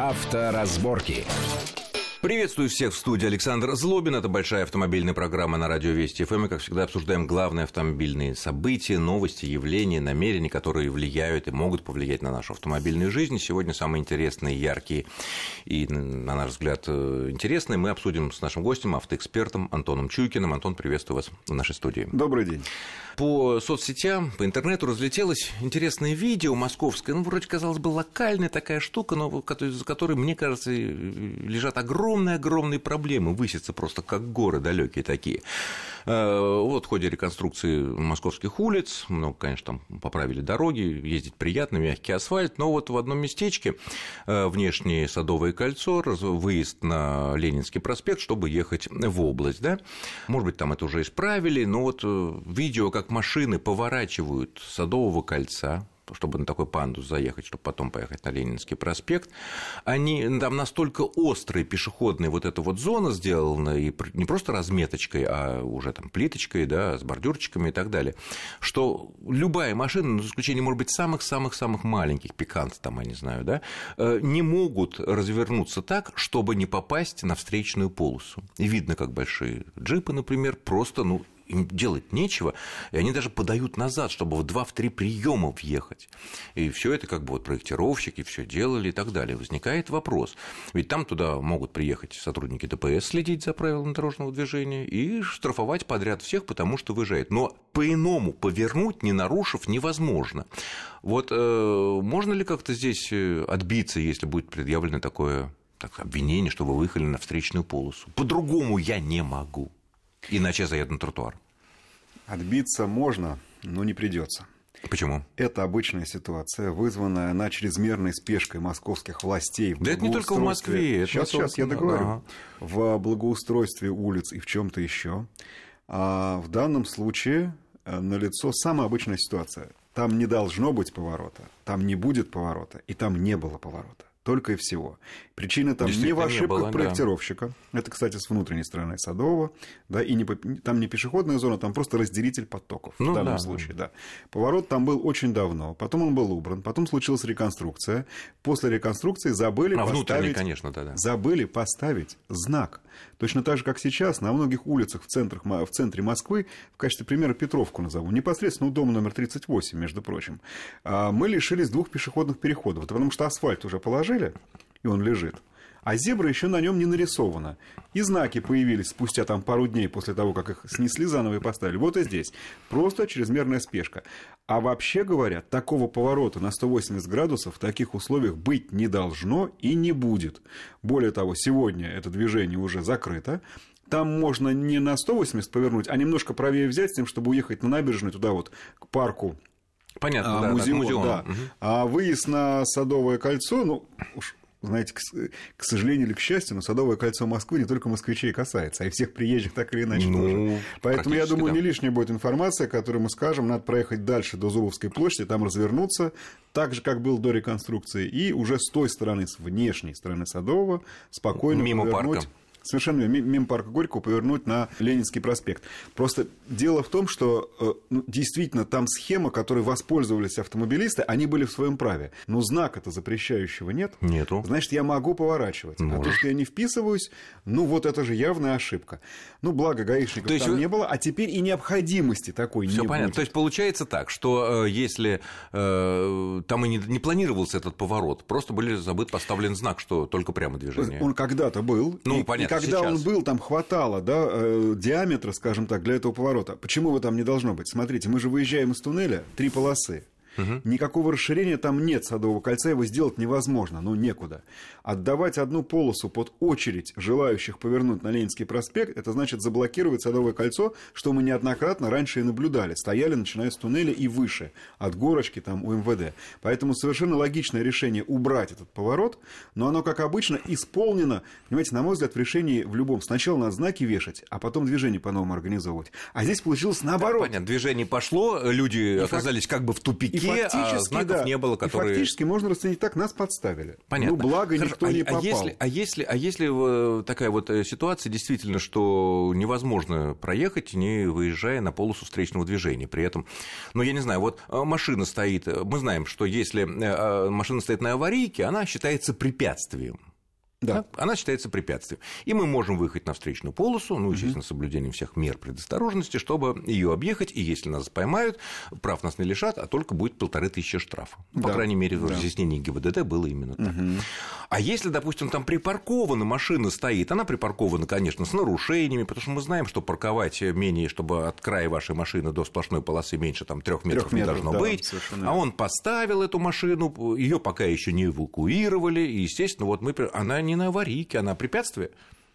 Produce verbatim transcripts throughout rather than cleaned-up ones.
Авторазборки. Приветствую всех в студии. Александр Злобин. Это большая автомобильная программа на радио Вести эф эм. Мы, как всегда, обсуждаем главные автомобильные события, новости, явления, намерения, которые влияют и могут повлиять на нашу автомобильную жизнь. Сегодня самые интересные, яркие и, на наш взгляд, интересные мы обсудим с нашим гостем, автоэкспертом Антоном Чуйкиным. Антон, приветствую вас в нашей студии. Добрый день. По соцсетям, по интернету разлетелось интересное видео московское. Ну, вроде, казалось бы, локальная такая штука, но за которой, мне кажется, лежат огромные огромные проблемы, высятся просто как горы далекие такие. Вот в ходе реконструкции московских улиц, много, конечно, там поправили дороги, ездить приятно, мягкий асфальт, но вот в одном местечке, внешнее Садовое кольцо, выезд на Ленинский проспект, чтобы ехать в область, да, может быть, там это уже исправили, но вот видео, как машины поворачивают с Садового кольца, чтобы на такой пандус заехать, чтобы потом поехать на Ленинский проспект, они там настолько острые пешеходные, вот эта вот зона сделана, и не просто разметочкой, а уже там плиточкой, да, с бордюрчиками и так далее, что любая машина, ну, за исключением, может быть, самых-самых-самых маленьких, пикант там, я не знаю, да, не могут развернуться так, чтобы не попасть на встречную полосу. И видно, как большие джипы, например, просто, ну, им делать нечего, и они даже подают назад, чтобы в два-три приема въехать. И все это как бы вот проектировщики все делали и так далее. Возникает вопрос, ведь там туда могут приехать сотрудники Дэ Пэ Эс, следить за правилами дорожного движения и штрафовать подряд всех, потому что выезжает. Но по-иному повернуть, не нарушив, невозможно. Вот э, можно ли как-то здесь отбиться, если будет предъявлено такое так, обвинение, что вы выехали на встречную полосу? По-другому я не могу. Иначе я заеду на тротуар. Отбиться можно, но не придется. Почему? Это обычная ситуация, вызванная она чрезмерной спешкой московских властей. Да это не только в Москве. Сейчас, это сейчас я договорю. Ага. В благоустройстве улиц и в чем-то еще. А в данном случае налицо самая обычная ситуация. Там не должно быть поворота, там не будет поворота, и там не было поворота. Только и всего. Причина там не в ошибках было, проектировщика. Да. Это, кстати, с внутренней стороны Садового. Да, и не, там не пешеходная зона, там просто разделитель потоков. Ну, в данном да, случае. Да. Поворот там был очень давно. Потом он был убран. Потом случилась реконструкция. После реконструкции забыли, а поставить, конечно, да, да. забыли поставить знак. Точно так же, как сейчас, на многих улицах в, центрах, в центре Москвы, в качестве примера Петровку назову, непосредственно у дома номер тридцать восемь, между прочим, мы лишились двух пешеходных переходов. Потому что асфальт уже положили, и он лежит. А зебра еще на нем не нарисована. И знаки появились спустя там пару дней после того, как их снесли заново и поставили. Вот и здесь. Просто чрезмерная спешка. А вообще говоря, такого поворота на сто восемьдесят градусов в таких условиях быть не должно и не будет. Более того, сегодня это движение уже закрыто. Там можно не на сто восемьдесят повернуть, а немножко правее взять с тем, чтобы уехать на набережную туда вот к парку. Понятно, а, да, музеон, да, музеон. Да. Угу. А выезд на Садовое кольцо, ну, уж, знаете, к, к сожалению или к счастью, но Садовое кольцо Москвы не только москвичей касается, а и всех приезжих так или иначе ну, тоже. Поэтому, я думаю, да. не лишняя будет информация, которую мы скажем, надо проехать дальше до Зубовской площади, там развернуться, так же, как был до реконструкции, и уже с той стороны, с внешней стороны Садового, спокойно мимо повернуть. Парка. Совершенно мимо парка Горького повернуть на Ленинский проспект. Просто дело в том, что ну, действительно там схема, которой воспользовались автомобилисты, они были в своем праве. Но знака-то запрещающего нет. Нету. Значит, я могу поворачивать. Можешь. А то, что я не вписываюсь, ну вот это же явная ошибка. Ну, благо гаишников то там вы... не было, а теперь и необходимости такой Всё не понятно. будет. То есть получается так, что э, если э, там и не, не планировался этот поворот, просто был забыт поставлен знак, что только прямо движение. Он когда-то был. Ну, и, понятно. И когда сейчас. он был, там хватало да, э, диаметра, скажем так, для этого поворота. Почему его там не должно быть? Смотрите, мы же выезжаем из туннеля, три полосы. Угу. Никакого расширения там нет Садового кольца, его сделать невозможно, ну некуда. Отдавать одну полосу под очередь желающих повернуть на Ленинский проспект, это значит заблокировать Садовое кольцо, что мы неоднократно раньше и наблюдали. Стояли, начиная с туннеля и выше, от горочки там у эм вэ дэ. Поэтому совершенно логичное решение убрать этот поворот, но оно, как обычно, исполнено, понимаете, на мой взгляд, в решении в любом. Сначала надо знаки вешать, а потом движение по-новому организовывать. А здесь получилось наоборот. Понятно, движение пошло, люди и оказались фак... как бы в тупике. вдалеке, а знаков да, не было, которые... И фактически можно расценить так, нас подставили. Понятно. Ну, благо, Хорошо. никто а, не попал. А если, а, если, а если такая вот ситуация, действительно, что невозможно проехать, не выезжая на полосу встречного движения, при этом, ну, я не знаю, вот машина стоит, мы знаем, что если машина стоит на аварийке, она считается препятствием. Да. Она считается препятствием. И мы можем выехать на встречную полосу, ну, естественно, с соблюдением всех мер предосторожности, чтобы ее объехать, и если нас поймают, прав нас не лишат, а только будет полторы тысячи штрафа. Ну, да. По крайней мере, в да. разъяснении ГИБДД было именно так. Угу. А если, допустим, там припаркована машина стоит, она припаркована, конечно, с нарушениями, потому что мы знаем, что парковать менее, чтобы от края вашей машины до сплошной полосы меньше там, трех метров, трех метров не должно да, быть, совершенно. А он поставил эту машину, ее пока еще не эвакуировали, и, естественно, вот мы, она не на аварийке, она препятствие?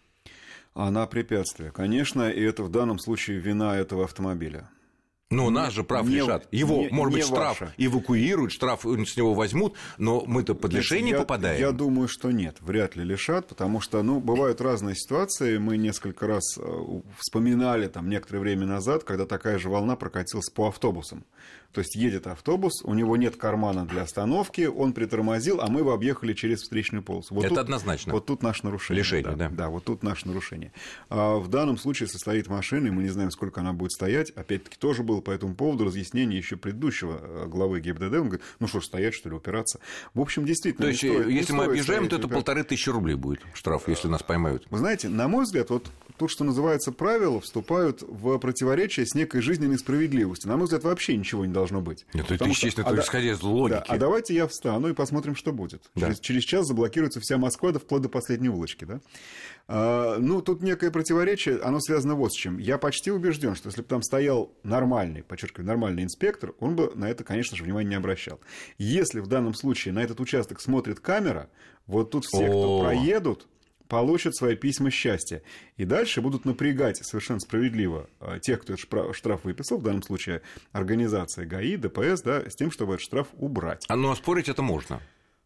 Она препятствие, конечно, и это в данном случае вина этого автомобиля. Но нас же прав не, лишат. Его, не, может не быть, штраф ваша. Эвакуируют, штраф с него возьмут, но мы-то под лишение я, попадаем. Я думаю, что нет, вряд ли лишат, потому что, ну, бывают разные ситуации. Мы несколько раз вспоминали там некоторое время назад, когда такая же волна прокатилась по автобусам. То есть едет автобус, у него нет кармана для остановки, он притормозил, а мы его объехали через встречную полосу. Вот это тут, однозначно. Вот тут наше нарушение. Лишение, да. Да, да, вот тут наше нарушение. А в данном случае состоит машина, и мы не знаем, сколько она будет стоять. Опять-таки, тоже было по этому поводу разъяснение еще предыдущего главы ГИБДД. Он говорит, ну что ж, стоять, что ли, упираться. В общем, действительно... То есть, стоит, если мы объезжаем, то это упираться. полторы тысячи рублей будет штраф, если нас поймают. Вы знаете, на мой взгляд, вот тут, что называется, правила вступают в противоречие с некой жизненной справедливостью. На мой взгляд, вообще ничего не должно быть. Нет, это, естественно, что, это а исходя из логики. Да, а давайте я встану и посмотрим, что будет. Да. Через, через час заблокируется вся Москва, да, вплоть до последней улочки. Да? А, ну, тут некое противоречие, оно связано вот с чем. Я почти убежден, что если бы там стоял нормальный, подчеркиваю, нормальный инспектор, он бы на это, конечно же, внимания не обращал. Если в данном случае на этот участок смотрит камера, вот тут все, кто проедут, получат свои письма счастья. И дальше будут напрягать совершенно справедливо тех, кто этот штраф выписал, в данном случае организация ГАИ, ДПС, да, с тем, чтобы этот штраф убрать. А ну, оспорить это можно?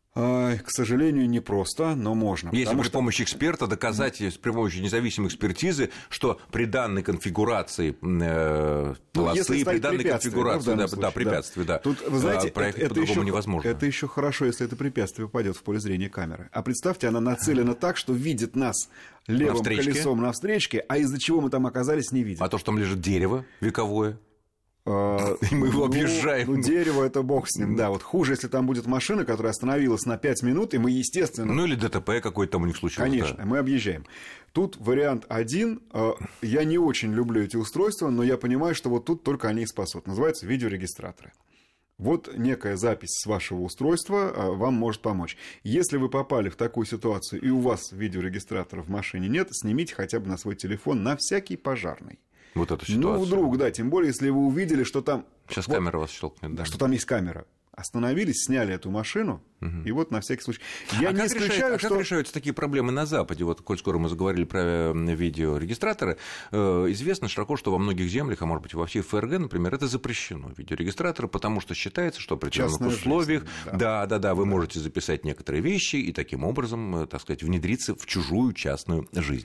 К сожалению, непросто, но можно. Если при что... помощи эксперта доказать при помощи независимой экспертизы, что при данной конфигурации э, полосы, ну, при данной конфигурации, да, да, препятствие, да, да. Тут, вы знаете, проехать это, по-другому еще, невозможно. Это еще хорошо, если это препятствие попадет в поле зрения камеры. А представьте, она нацелена так, что видит нас левым колесом на встречке, а из-за чего мы там оказались, не видим. А то, что там лежит дерево вековое. Uh, и мы его ну, объезжаем. Ну, дерево — это бог с ним, да. Вот хуже, если там будет машина, которая остановилась на пять минут, и мы, естественно... Ну, или ДТП какой-то там у них случилось. Конечно, да. мы объезжаем. Тут вариант один. Я не очень люблю эти устройства, но я понимаю, что вот тут только они и спасут. Называются видеорегистраторы. Вот некая запись с вашего устройства вам может помочь. Если вы попали в такую ситуацию, и у вас видеорегистратора в машине нет, снимите хотя бы на свой телефон на всякий пожарный. Вот эту ситуацию. Ну, вдруг, да, тем более, если вы увидели, что там... Сейчас вот, камера вас щелкнет, да. Что там есть камера. Остановились, сняли эту машину, угу. И вот на всякий случай. Я а не как исключаю, решают, что... А как решаются такие проблемы на Западе? Вот, коль скоро мы заговорили про видеорегистраторы, известно широко, что во многих землях, а может быть, во всей ФРГ, например, это запрещено, видеорегистраторы, потому что считается, что при определенных условиях, жизнь, да. да, да, да, вы да. можете записать некоторые вещи и таким образом, так сказать, внедриться в чужую частную жизнь.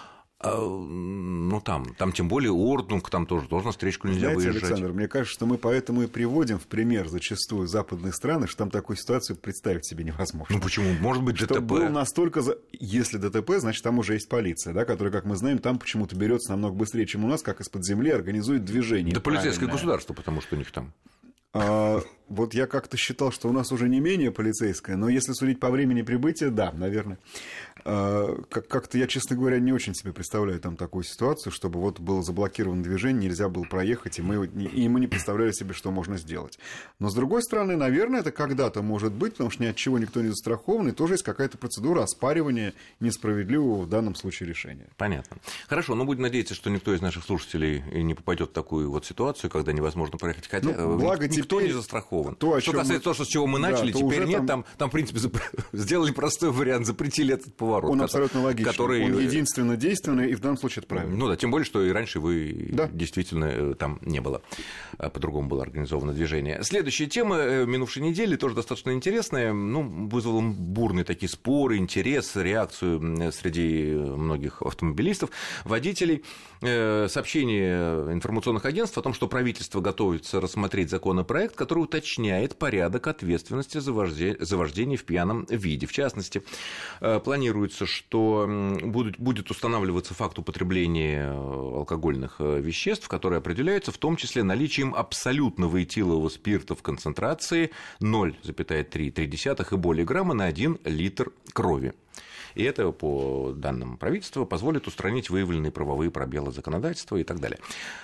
Ну, там, там тем более Орднунг, там тоже, тоже на встречку нельзя Знаете, выезжать. Александр, мне кажется, что мы поэтому и приводим в пример зачастую западные страны, что там такую ситуацию представить себе невозможно. Ну, почему? Может быть, ДТП. Что был настолько... За... Если ДТП, значит, там уже есть полиция, да, которая, как мы знаем, там почему-то берется намного быстрее, чем у нас, как из-под земли организует движение. Да полицейское государство, потому что у них там... А, вот я как-то считал, что у нас уже не менее полицейское, но если судить по времени прибытия, да, наверное. А, как-то я, честно говоря, не очень себе представляю там такую ситуацию, чтобы вот было заблокировано движение, нельзя было проехать, и мы, и мы не представляли себе, что можно сделать. Но, с другой стороны, наверное, это когда-то может быть, потому что ни от чего никто не застрахован, и тоже есть какая-то процедура оспаривания несправедливого в данном случае решения. Понятно. Хорошо, но будем надеяться, что никто из наших слушателей не попадет в такую вот ситуацию, когда невозможно проехать. Хотя ну, благо никто теперь... не застрахован. То, что касается мы... того, с чего мы начали, да, теперь нет, там... Там, там, в принципе, зап... сделали простой вариант, запретили этот поворот. Он который... абсолютно логичный, который... он единственно действенный, и в данном случае это правильно. Ну да, тем более, что и раньше вы да. действительно там не было, по-другому было организовано движение. Следующая тема минувшей недели, тоже достаточно интересная, ну, вызвала бурные такие споры, интерес, реакцию среди многих автомобилистов, водителей. Сообщение информационных агентств о том, что правительство готовится рассмотреть законопроект, который уточняет уточняет порядок ответственности за вождение, за вождение в пьяном виде. В частности, планируется, что будет, будет устанавливаться факт употребления алкогольных веществ, которые определяются в том числе наличием абсолютного этилового спирта в концентрации ноль целых три десятых и более грамма на один литр крови. И это, по данным правительства, позволит устранить выявленные правовые пробелы законодательства и так далее.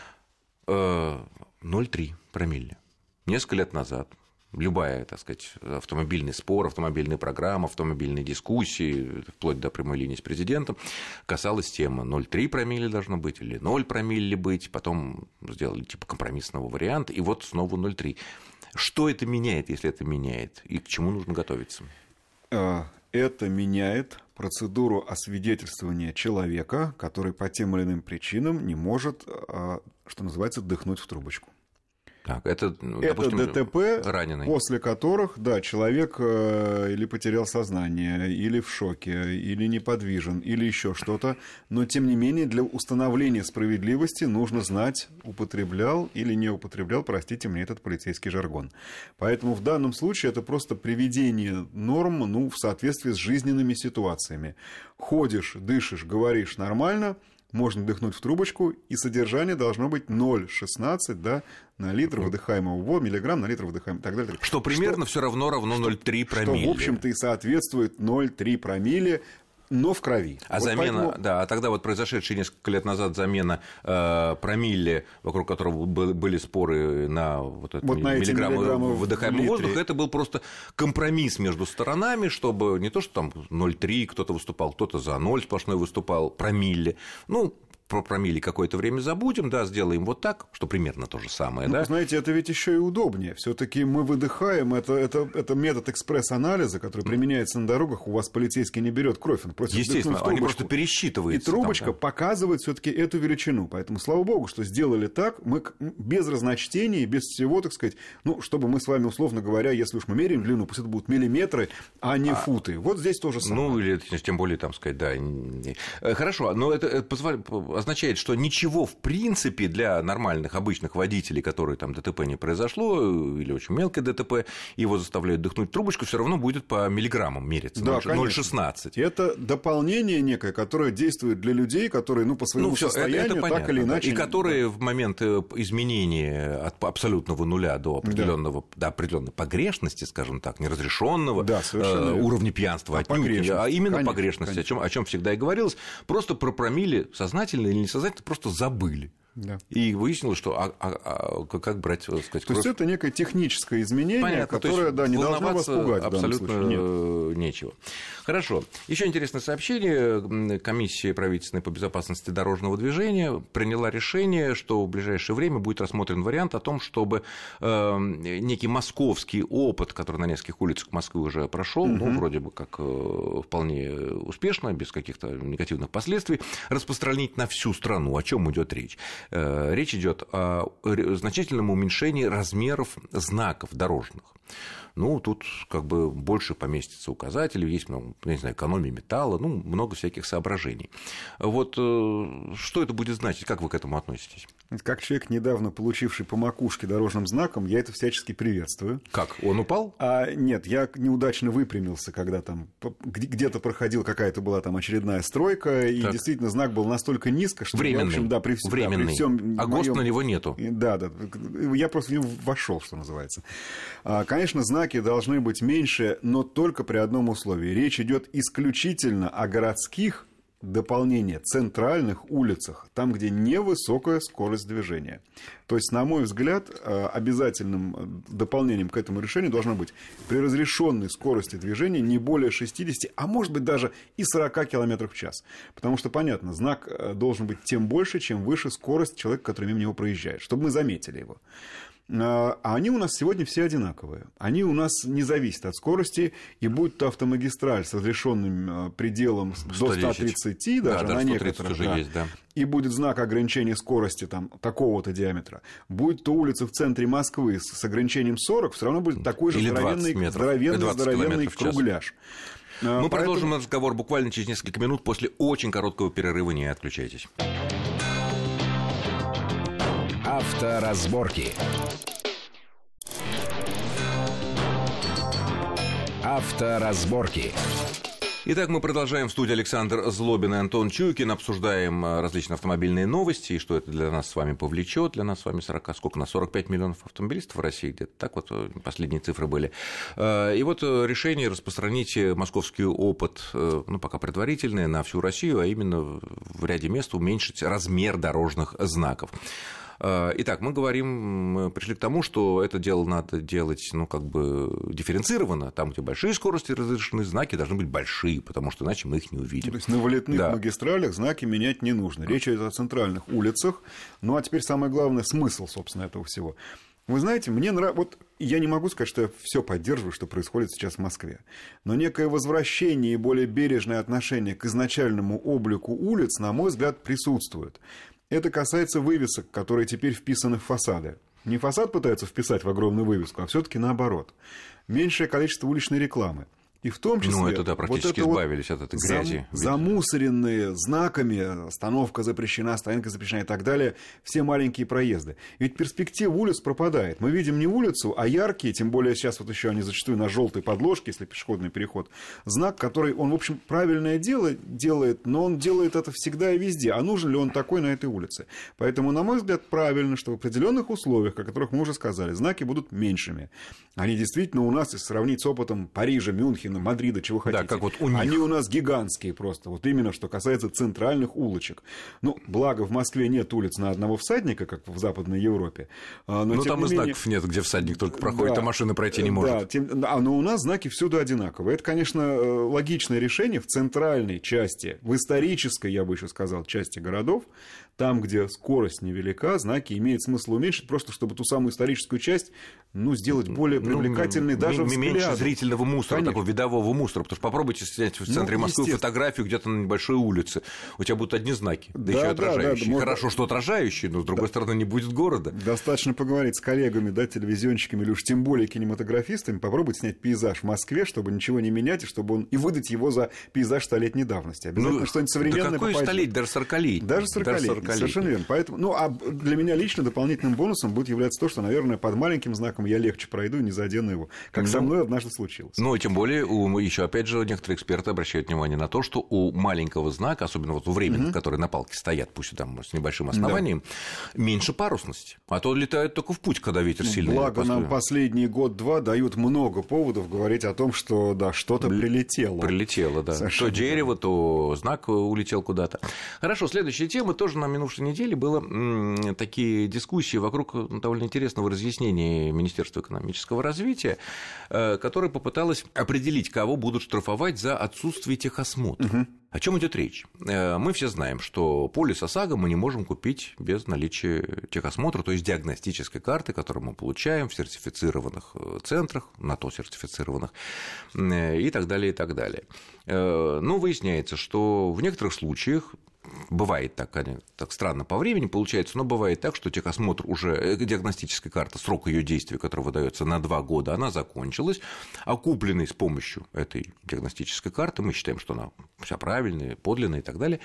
ноль целых три промилле. Несколько лет назад любая, так сказать, автомобильный спор, автомобильная программа, автомобильные дискуссии, вплоть до прямой линии с президентом, касалась темы ноль целых три промилле должно быть или ноль промилле быть, потом сделали типа компромиссного варианта, и вот снова ноль целых три. Что это меняет, если это меняет, и к чему нужно готовиться? Это меняет процедуру освидетельствования человека, который по тем или иным причинам не может, что называется, дыхнуть в трубочку. Так, это, это допустим, ДТП, раненый. После которых, да, человек или потерял сознание, или в шоке, или неподвижен, или еще что-то, но, тем не менее, для установления справедливости нужно знать, употреблял или не употреблял, простите мне, этот полицейский жаргон. Поэтому в данном случае это просто приведение норм, ну, в соответствии с жизненными ситуациями. Ходишь, дышишь, говоришь нормально, можно дыхнуть в трубочку, и содержание должно быть ноль целых шестнадцать, да, на литр выдыхаемого воздуха, миллиграмм на литр выдыхаемого, и так далее. Что примерно все равно равно ноль целых три промилле. Что, в общем-то, и соответствует ноль целых три промилле, но в крови. А вот замена, поэтому... да, а тогда вот произошедшая несколько лет назад замена э, промилле, вокруг которого были споры на вот это вот миллиграммы выдыхаемого воздуха, это был просто компромисс между сторонами, чтобы не то, что там ноль целых три кто-то выступал, кто-то за ноль сплошной выступал, промилле, ну, про промилле какое-то время забудем, да, сделаем вот так, что примерно то же самое, ну, да. Знаете, это ведь еще и удобнее. Все-таки мы выдыхаем, это, это, это метод экспресс-анализа, который применяется на дорогах. У вас полицейский не берет кровь, он просит естественно, они просто пересчитываются. И трубочка там, да, показывает все-таки эту величину. Поэтому, слава богу, что сделали так, мы без разночтений, без всего, так сказать, ну, чтобы мы с вами, условно говоря, если уж мы меряем длину, пусть это будут миллиметры, а не а, футы. Вот здесь тоже самое. Ну, или тем более, там сказать, да. Хорошо, но это позволяет, означает, что ничего, в принципе, для нормальных, обычных водителей, которые там ДТП не произошло, или очень мелкое ДТП, его заставляют дыхнуть трубочку, все равно будет по миллиграммам мериться, да, ноль целых шестнадцать. Это дополнение некое, которое действует для людей, которые, ну, по своему ну, всё, состоянию это, это понятно, так или иначе... И которые в момент изменения от абсолютного нуля до определенного, да. до определенной погрешности, скажем так, неразрешенного да, э, уровня пьянства, а, отнюдь, а именно конечно, погрешности, конечно. О, чем, о чем всегда и говорилось, просто про промилле сознательно или несознательно просто забыли. Да. И выяснилось, что а, а, а, как брать, так сказать, то кровь. есть это некое техническое изменение, понятно, которое да, не должно вас пугать. Абсолютно Нет. нечего. Хорошо. Еще интересное сообщение. Комиссия правительственной по безопасности дорожного движения приняла решение, что в ближайшее время будет рассмотрен вариант о том, чтобы э, некий московский опыт, который на нескольких улицах Москвы уже прошел, угу. ну, вроде бы как э, вполне успешно, без каких-то негативных последствий, распространить на всю страну. О чем идет речь? Речь идет о значительном уменьшении размеров знаков дорожных. Ну, тут как бы больше поместится указателей, есть много, я не знаю, экономия металла, ну, много всяких соображений. Вот что это будет значить, как вы к этому относитесь? Как человек, недавно получивший по макушке дорожным знаком, я это всячески приветствую. Как? Он упал? А, нет, я неудачно выпрямился, когда там где-то проходила какая-то была там очередная стройка, и так. действительно знак был настолько низко, что временный. Я, в общем, да, при, временный. Да, при всем а ГОСТ моем... на него нету. Да, да, я просто в него вошел, что называется. Конечно, знаки должны быть меньше, но только при одном условии. Речь идет исключительно о городских, дополнение, центральных улицах, там, где невысокая скорость движения. То есть, на мой взгляд, обязательным дополнением к этому решению должно быть при разрешенной скорости движения не более шестидесяти, а может быть даже и сорока километров в час. Потому что, понятно, знак должен быть тем больше, чем выше скорость человека, который мимо него проезжает, чтобы мы заметили его. А они у нас сегодня все одинаковые. Они у нас не зависят от скорости, и будь то автомагистраль с разрешенным пределом до ста тридцати, даже да, на некоторых, да, есть, да. и будет знак ограничения скорости там, такого-то диаметра, будь то улица в центре Москвы с ограничением сорок, все равно будет такой же здоровенный, здоровенный, здоровенный кругляш. Мы Поэтому... продолжим разговор буквально через несколько минут после очень короткого перерыва. Не отключайтесь. Авторазборки. Авторазборки. Итак, мы продолжаем. В студии Александр Злобин и Антон Чуйкин. Обсуждаем различные автомобильные новости и что это для нас с вами повлечет. Для нас с вами сорок, сколько, на сорок пять миллионов автомобилистов в России, где-то так вот последние цифры были. И вот решение распространить московский опыт, ну, пока предварительное, на всю Россию, а именно в ряде мест уменьшить размер дорожных знаков. Итак, мы говорим, мы пришли к тому, что это дело надо делать, ну, как бы дифференцированно. Там, где большие скорости разрешены, знаки должны быть большие, потому что иначе мы их не увидим. То есть на вылетных да. магистралях знаки менять не нужно. Речь идет о центральных улицах. Ну, а теперь самое главное, смысл, собственно, этого всего. Вы знаете, мне нравится... Вот я не могу сказать, что я все поддерживаю, что происходит сейчас в Москве. Но некое возвращение и более бережное отношение к изначальному облику улиц, на мой взгляд, присутствует. Это касается вывесок, которые теперь вписаны в фасады. Не фасад пытаются вписать в огромную вывеску, а все-таки наоборот. Меньшее количество уличной рекламы. И в том числе... Ну, это, да, практически вот избавились вот от этой грязи. Зам, замусоренные знаками, остановка запрещена, стоянка запрещена и так далее, все маленькие проезды. Ведь перспектива улиц пропадает. Мы видим не улицу, а яркие, тем более сейчас вот еще они зачастую на желтой подложке, если пешеходный переход, знак, который, он, в общем, правильное дело делает, но он делает это всегда и везде. А нужен ли он такой на этой улице? Поэтому, на мой взгляд, правильно, что в определенных условиях, о которых мы уже сказали, знаки будут меньшими. Они действительно у нас, если сравнить с опытом Парижа, Мюнхена, Мадрида, чего хотите. Да, как вот у них. Они у нас гигантские просто. Вот именно, что касается центральных улочек. Ну, благо, в Москве нет улиц на одного всадника, как в Западной Европе. Но, но там и менее... знаков нет, где всадник только проходит, да, а машина пройти не да, может. Тем... А, но у нас знаки всюду одинаковые. Это, конечно, логичное решение в центральной части, в исторической, я бы еще сказал, части городов. Там, где скорость невелика, знаки имеет смысл уменьшить, просто чтобы ту самую историческую часть, ну, сделать более привлекательной, ну, даже взгляду. Меньше зрительного мусора, Конечно. такого видового мусора. Потому что попробуйте снять в центре ну, Москвы фотографию где-то на небольшой улице. У тебя будут одни знаки, да, да еще отражающие. Да, да, Хорошо, что отражающие, но с другой да. стороны не будет города. Достаточно поговорить с коллегами, да, телевизионщиками, или уж тем более кинематографистами, попробовать снять пейзаж в Москве, чтобы ничего не менять, и чтобы он и выдать его за пейзаж столетней давности. Обязательно ну, что-нибудь современное. Да какое столетие? Даже сорокалетие. Даже сорокалетие. Совершенно верно. Поэтому, ну, а для меня лично дополнительным бонусом будет являться то, что, наверное, под маленьким знаком я легче пройду и не задену его, как ну, со мной однажды случилось. Ну, и тем более, у, еще, опять же, некоторые эксперты обращают внимание на то, что у маленького знака, особенно вот у временных, mm-hmm. которые на палке стоят, пусть там с небольшим основанием, да. меньше парусности. А то летают только в путь, когда ветер сильный. Благо, нам последний год-два дают много поводов говорить о том, что, да, что-то прилетело. Прилетело, да. Совершенно. То дерево, то знак улетел куда-то. Хорошо, следующая тема тоже на минувшей неделе было м, такие дискуссии вокруг ну, довольно интересного разъяснения Министерства экономического развития, э, которое попыталось определить, кого будут штрафовать за отсутствие техосмотра. Угу. О чем идет речь? Мы все знаем, что полис ОСАГО мы не можем купить без наличия техосмотра, то есть диагностической карты, которую мы получаем в сертифицированных центрах, на то сертифицированных, и так далее, и так далее. Но выясняется, что в некоторых случаях бывает так, так странно по времени получается, но бывает так, что техосмотр уже, диагностическая карта, срок ее действия, который выдается на два года, она закончилась, а купленный с помощью этой диагностической карты, мы считаем, что она вся правильная, подлинная и так далее,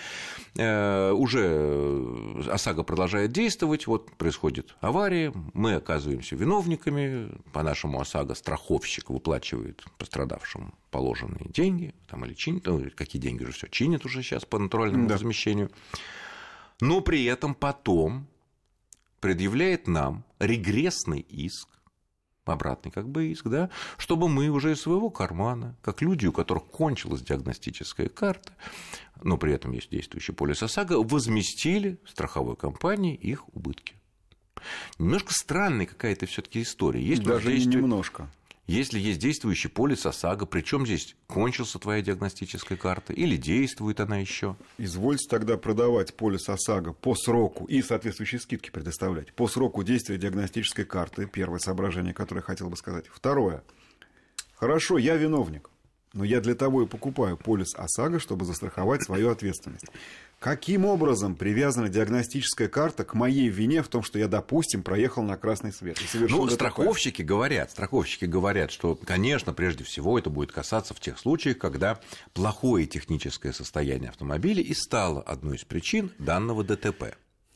уже ОСАГО продолжает действовать, вот происходит авария, мы оказываемся виновниками, по нашему ОСАГО страховщик выплачивает пострадавшему положенные деньги, там, или чинит, ну, какие деньги уже все чинят уже сейчас по натуральному да. возмещению, но при этом потом предъявляет нам регрессный иск, обратный как бы иск, да, чтобы мы уже из своего кармана, как люди, у которых кончилась диагностическая карта, но при этом есть действующий полис ОСАГО, возместили страховой компании их убытки. Немножко странная какая-то все-таки история. Есть даже действие... немножко. Если есть действующий полис ОСАГО, причем здесь кончился твоя диагностическая карта или действует она еще? Извольте тогда продавать полис ОСАГО по сроку и соответствующие скидки предоставлять по сроку действия диагностической карты. Первое соображение, которое я хотел бы сказать. Второе. Хорошо, я виновник, но я для того и покупаю полис ОСАГО, чтобы застраховать свою ответственность. Каким образом привязана диагностическая карта к моей вине в том, что я, допустим, проехал на красный свет? Ну, страховщики говорят, страховщики говорят, что, конечно, прежде всего это будет касаться в тех случаях, когда плохое техническое состояние автомобиля и стало одной из причин данного ДТП.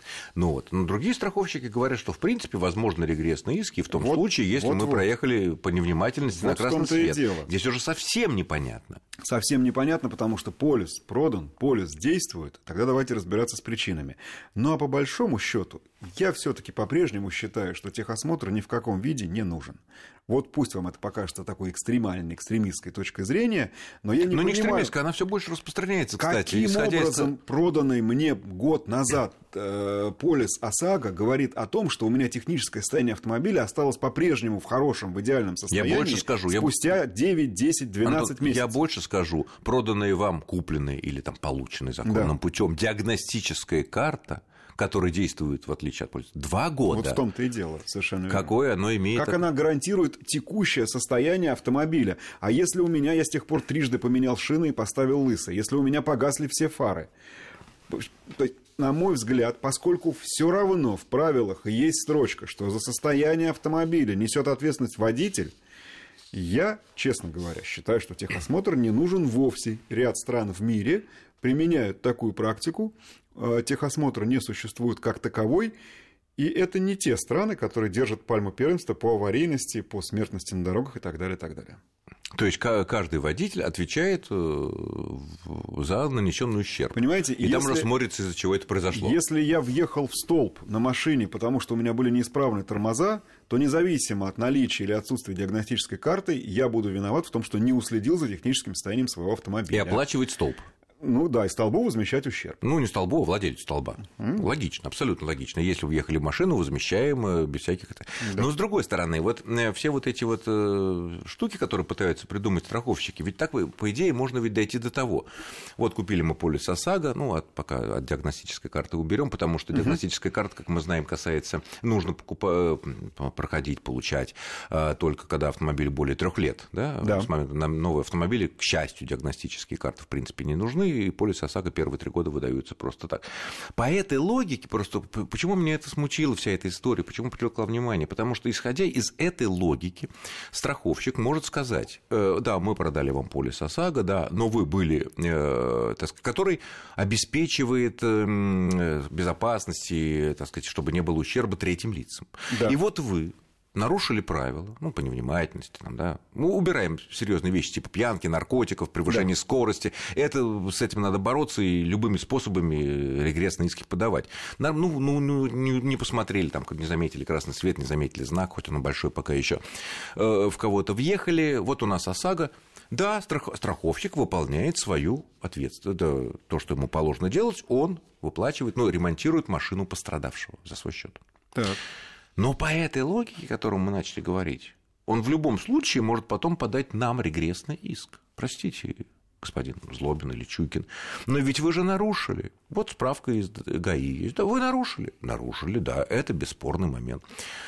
Ну вот. Но другие страховщики говорят, что в принципе возможны регрессные иски в том вот, случае, если вот, мы вот. проехали по невнимательности вот на красный свет. Здесь уже совсем непонятно. Совсем непонятно, потому что полис продан, полис действует. Тогда давайте разбираться с причинами. Ну а по большому счету, я все-таки по-прежнему считаю, что техосмотр ни в каком виде не нужен. Вот пусть вам это покажется такой экстремальной, экстремистской точкой зрения, но я не но понимаю... Но не экстремистская, она все больше распространяется, кстати. Каким образом из... проданный мне год назад э, полис ОСАГО говорит о том, что у меня техническое состояние автомобиля осталось по-прежнему в хорошем, в идеальном состоянии я больше скажу, спустя я... девять, десять, двенадцать Антон, месяцев? Я больше скажу. Проданные вам, купленные или там полученные законным да. путем диагностическая карта, который действует, в отличие от полиса, два года. Вот в том-то и дело, совершенно верно. Какое оно имеет... Как она гарантирует текущее состояние автомобиля? А если у меня, я с тех пор трижды поменял шины и поставил лысо, если у меня погасли все фары? То есть, на мой взгляд, поскольку все равно в правилах есть строчка, что за состояние автомобиля несет ответственность водитель, я, честно говоря, считаю, что техосмотр не нужен вовсе. Ряд стран в мире применяют такую практику. Техосмотр не существует как таковой, и это не те страны, которые держат пальму первенства по аварийности, по смертности на дорогах и так далее, и так далее. То есть каждый водитель отвечает за нанесенный ущерб. Понимаете, и если, там рассмотрится, из-за чего это произошло. Если я въехал в столб на машине, потому что у меня были неисправные тормоза, то независимо от наличия или отсутствия диагностической карты, я буду виноват в том, что не уследил за техническим состоянием своего автомобиля. И оплачивать столб. Ну да, и столбу возмещать ущерб. Ну, не столбу, а владельцу столба. Mm. Логично, абсолютно логично. Если въехали в машину, возмещаем без всяких... Да. Но, с другой стороны, вот все вот эти вот штуки, которые пытаются придумать страховщики, ведь так, по идее, можно ведь дойти до того. Вот купили мы полис ОСАГО, ну, от, пока от диагностической карты уберем, потому что mm-hmm. диагностическая карта, как мы знаем, касается... Нужно покупать, проходить, получать только когда автомобилю более трех лет. Да? Да. Нам новые автомобили, к счастью, диагностические карты, в принципе, не нужны. И полис ОСАГО первые три года выдаются просто так. По этой логике, просто почему меня это смутило, вся эта история, почему привлекла внимание? Потому что, исходя из этой логики, страховщик может сказать, э, да, мы продали вам полис ОСАГО, да, но вы были, э, так сказать, который обеспечивает э, безопасность, и, так сказать, чтобы не было ущерба третьим лицам. Да. И вот вы нарушили правила, ну, по невнимательности, там, да. Мы убираем серьезные вещи, типа пьянки, наркотиков, превышения да. скорости. Это, с этим надо бороться и любыми способами регрессные иски подавать. Нам, ну, ну, ну, не, не посмотрели, там, не заметили красный свет, не заметили знак, хоть он большой пока еще, э, в кого-то въехали, вот у нас ОСАГО. Да, страх, страховщик выполняет свою ответственность. Да, то, что ему положено делать, он выплачивает, ну, ремонтирует машину пострадавшего за свой счет. Так. Но по этой логике, о которой мы начали говорить, он в любом случае может потом подать нам регрессный иск. Простите, господин Злобин или Чуйкин, но ведь вы же нарушили. Вот справка из ГАИ есть. Да, вы нарушили. Нарушили, да, это бесспорный момент.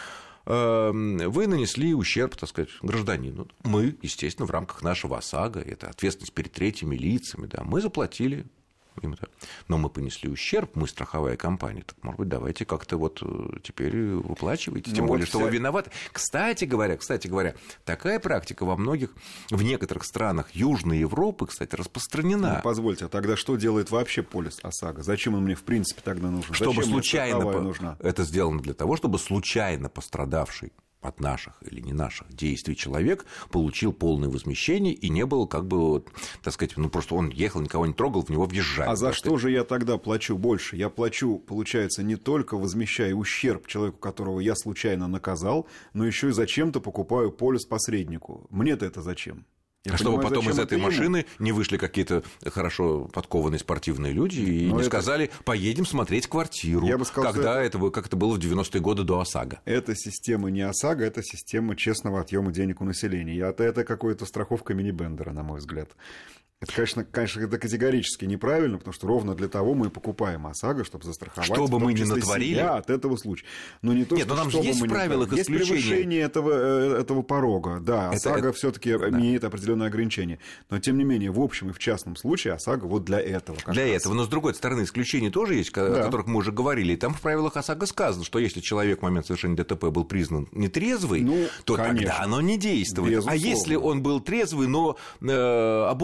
Вы нанесли ущерб, так сказать, гражданину. Мы, естественно, в рамках нашего ОСАГО, это ответственность перед третьими лицами, да, мы заплатили. Но мы понесли ущерб, мы страховая компания, так, может быть, давайте как-то вот теперь выплачивайте, тем ну, более, вот что вся... вы виноваты. Кстати говоря, кстати говоря, такая практика во многих, в некоторых странах Южной Европы, кстати, распространена. Ну, позвольте, а тогда что делает вообще полис ОСАГО? Зачем он мне, в принципе, тогда нужен? Чтобы Зачем случайно... По... нужна? Это сделано для того, чтобы случайно пострадавший от наших или не наших действий человек получил полное возмещение и не было, как бы, так сказать, ну просто он ехал, никого не трогал, в него въезжали. А за что же я тогда плачу больше? Я плачу, получается, не только возмещая ущерб человеку, которого я случайно наказал, но еще и зачем-то покупаю полис посреднику. Мне-то это зачем? Я а чтобы понимаю, потом из этой машины не вышли какие-то хорошо подкованные спортивные люди и но не это... сказали, поедем смотреть квартиру, я бы сказал, когда это... Это, как это было в девяностые годы до ОСАГО. Это система не ОСАГО, это система честного отъема денег у населения. Это, это какая-то страховка мини-бендера, на мой взгляд. Это, конечно, конечно, это категорически неправильно, потому что ровно для того мы и покупаем ОСАГО, чтобы застраховать, чтобы мы не натворили себя от этого случая. Но не то, Нет, что, но там чтобы есть мы в правилах не... исключения. Есть превышение этого, этого порога. Да, ОСАГО это... все-таки да. имеет определенные ограничения. Но, тем не менее, в общем и в частном случае ОСАГО вот для этого. Для раз. этого. Но, с другой стороны, исключения тоже есть, да. о которых мы уже говорили. И там в правилах ОСАГО сказано, что если человек в момент совершения ДТП был признан нетрезвый, ну, то конечно. Тогда оно не действует. Безусловно. А если он был трезвый, но э, оболтус и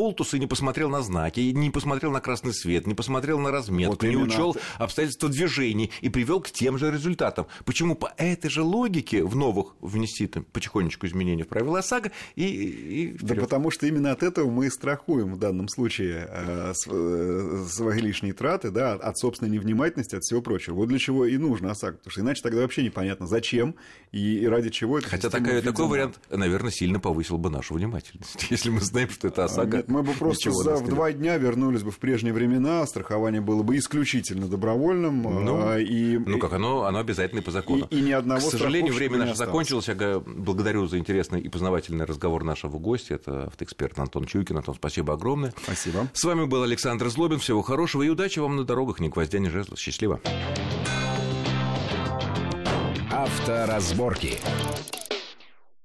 не посмотрел на знаки, не посмотрел на красный свет, не посмотрел на разметку, вот не учел обстоятельства движений и привел к тем же результатам. Почему по этой же логике в новых внести там, потихонечку изменения в правила ОСАГО и, и да потому что именно от этого мы и страхуем в данном случае э, свои лишние траты, да, от собственной невнимательности, от всего прочего. Вот для чего и нужно ОСАГО, потому что иначе тогда вообще непонятно, зачем и, и ради чего это. Хотя такая, такой вариант, наверное, сильно повысил бы нашу внимательность, если мы знаем, что это ОСАГО. Нет, мы бы просто за, в два дня вернулись бы в прежние времена, страхование было бы исключительно добровольным. Ну, и, ну как, оно, оно обязательно по закону. И, и ни одного К сожалению, время наше осталось. закончилось. Я благодарю за интересный и познавательный разговор нашего гостя. Это автоэксперт Антон Чуйкин. Антон, спасибо огромное. Спасибо. С вами был Александр Злобин. Всего хорошего и удачи вам на дорогах. Ни гвоздя, ни жезла. Счастливо. Авторазборки.